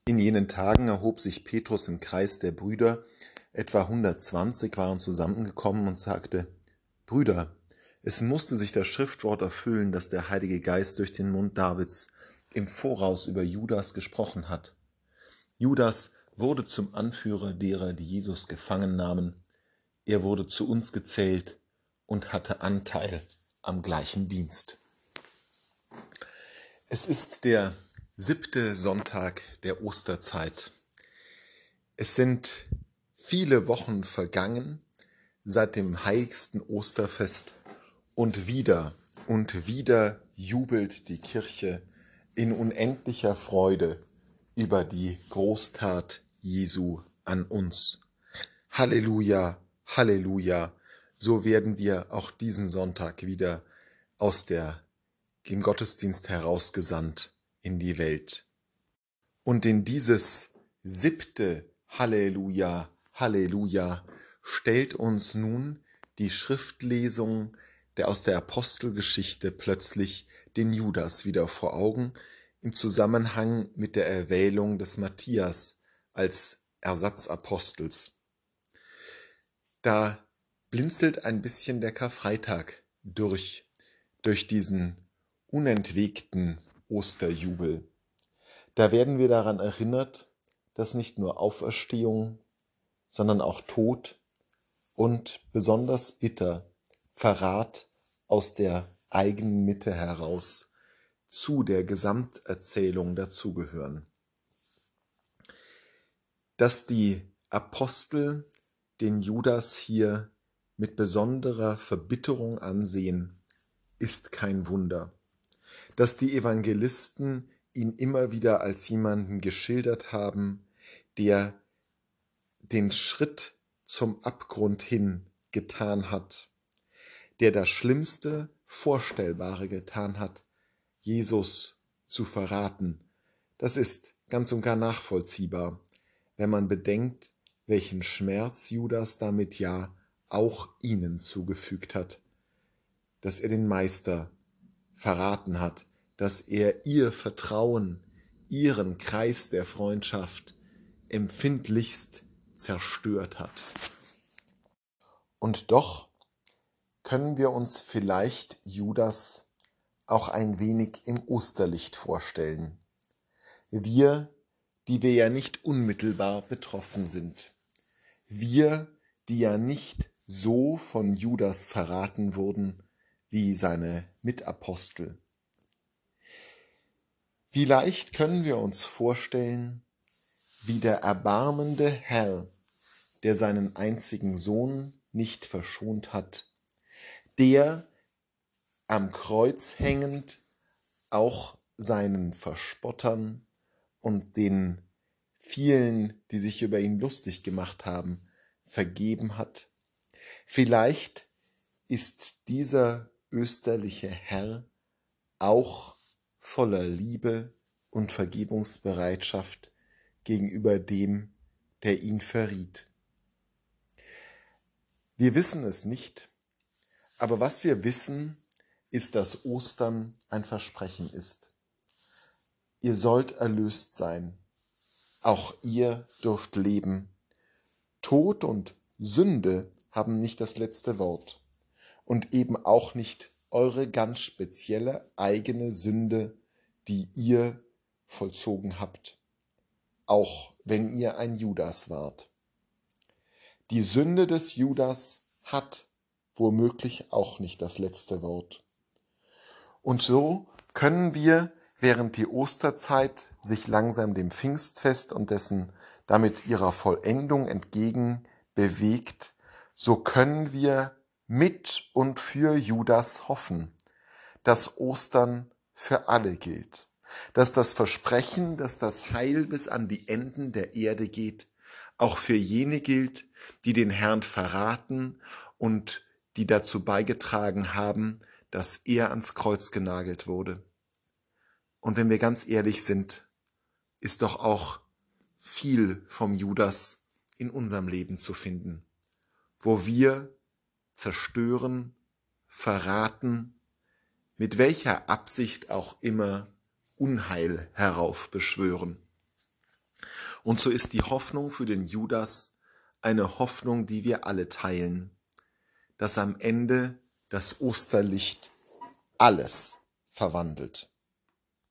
In jenen Tagen erhob sich Petrus im Kreis der Brüder, etwa 120 waren zusammengekommen und sagte: Brüder, es musste sich das Schriftwort erfüllen, das der Heilige Geist durch den Mund Davids im Voraus über Judas gesprochen hat. Judas wurde zum Anführer derer, die Jesus gefangen nahmen. Er wurde zu uns gezählt und hatte Anteil am gleichen Dienst. Es ist der 7. Sonntag der Osterzeit. Es sind viele Wochen vergangen seit dem heiligsten Osterfest und wieder jubelt die Kirche in unendlicher Freude über die Großtat Jesu an uns. Halleluja, Halleluja, so werden wir auch diesen Sonntag wieder aus dem Gottesdienst herausgesandt in die Welt. Und in dieses 7. Halleluja, Halleluja stellt uns nun die Schriftlesung aus der Apostelgeschichte plötzlich den Judas wieder vor Augen im Zusammenhang mit der Erwählung des Matthias als Ersatzapostels. Da blinzelt ein bisschen der Karfreitag durch diesen unentwegten Osterjubel. Da werden wir daran erinnert, dass nicht nur Auferstehung, sondern auch Tod und besonders bitter Verrat aus der eigenen Mitte heraus zu der Gesamterzählung dazugehören. Dass die Apostel den Judas hier mit besonderer Verbitterung ansehen, ist kein Wunder. Dass die Evangelisten ihn immer wieder als jemanden geschildert haben, der den Schritt zum Abgrund hin getan hat, der das Schlimmste Vorstellbare getan hat, Jesus zu verraten. Das ist ganz und gar nachvollziehbar, wenn man bedenkt, welchen Schmerz Judas damit ja auch ihnen zugefügt hat, dass er den Meister verraten hat, dass er ihr Vertrauen, ihren Kreis der Freundschaft empfindlichst zerstört hat. Und doch können wir uns vielleicht Judas auch ein wenig im Osterlicht vorstellen. Wir, die wir ja nicht unmittelbar betroffen sind. Wir, die ja nicht so von Judas verraten wurden wie seine Mitapostel. Vielleicht können wir uns vorstellen, wie der erbarmende Herr, der seinen einzigen Sohn nicht verschont hat, der am Kreuz hängend auch seinen Verspottern und den vielen, die sich über ihn lustig gemacht haben, vergeben hat. Vielleicht ist dieser österliche Herr auch voller Liebe und Vergebungsbereitschaft gegenüber dem, der ihn verriet. Wir wissen es nicht, aber was wir wissen, ist, dass Ostern ein Versprechen ist. Ihr sollt erlöst sein, auch ihr dürft leben. Tod und Sünde haben nicht das letzte Wort und eben auch nicht eure ganz spezielle eigene Sünde, die ihr vollzogen habt, auch wenn ihr ein Judas wart. Die Sünde des Judas hat womöglich auch nicht das letzte Wort. Und so können wir, während die Osterzeit sich langsam dem Pfingstfest und dessen damit ihrer Vollendung entgegen bewegt, so können wir mit und für Judas hoffen, dass Ostern für alle gilt, dass das Versprechen, dass das Heil bis an die Enden der Erde geht, auch für jene gilt, die den Herrn verraten und die dazu beigetragen haben, dass er ans Kreuz genagelt wurde. Und wenn wir ganz ehrlich sind, ist doch auch viel vom Judas in unserem Leben zu finden, wo wir zerstören, verraten, mit welcher Absicht auch immer Unheil heraufbeschwören. Und so ist die Hoffnung für den Judas eine Hoffnung, die wir alle teilen, dass am Ende das Osterlicht alles verwandelt.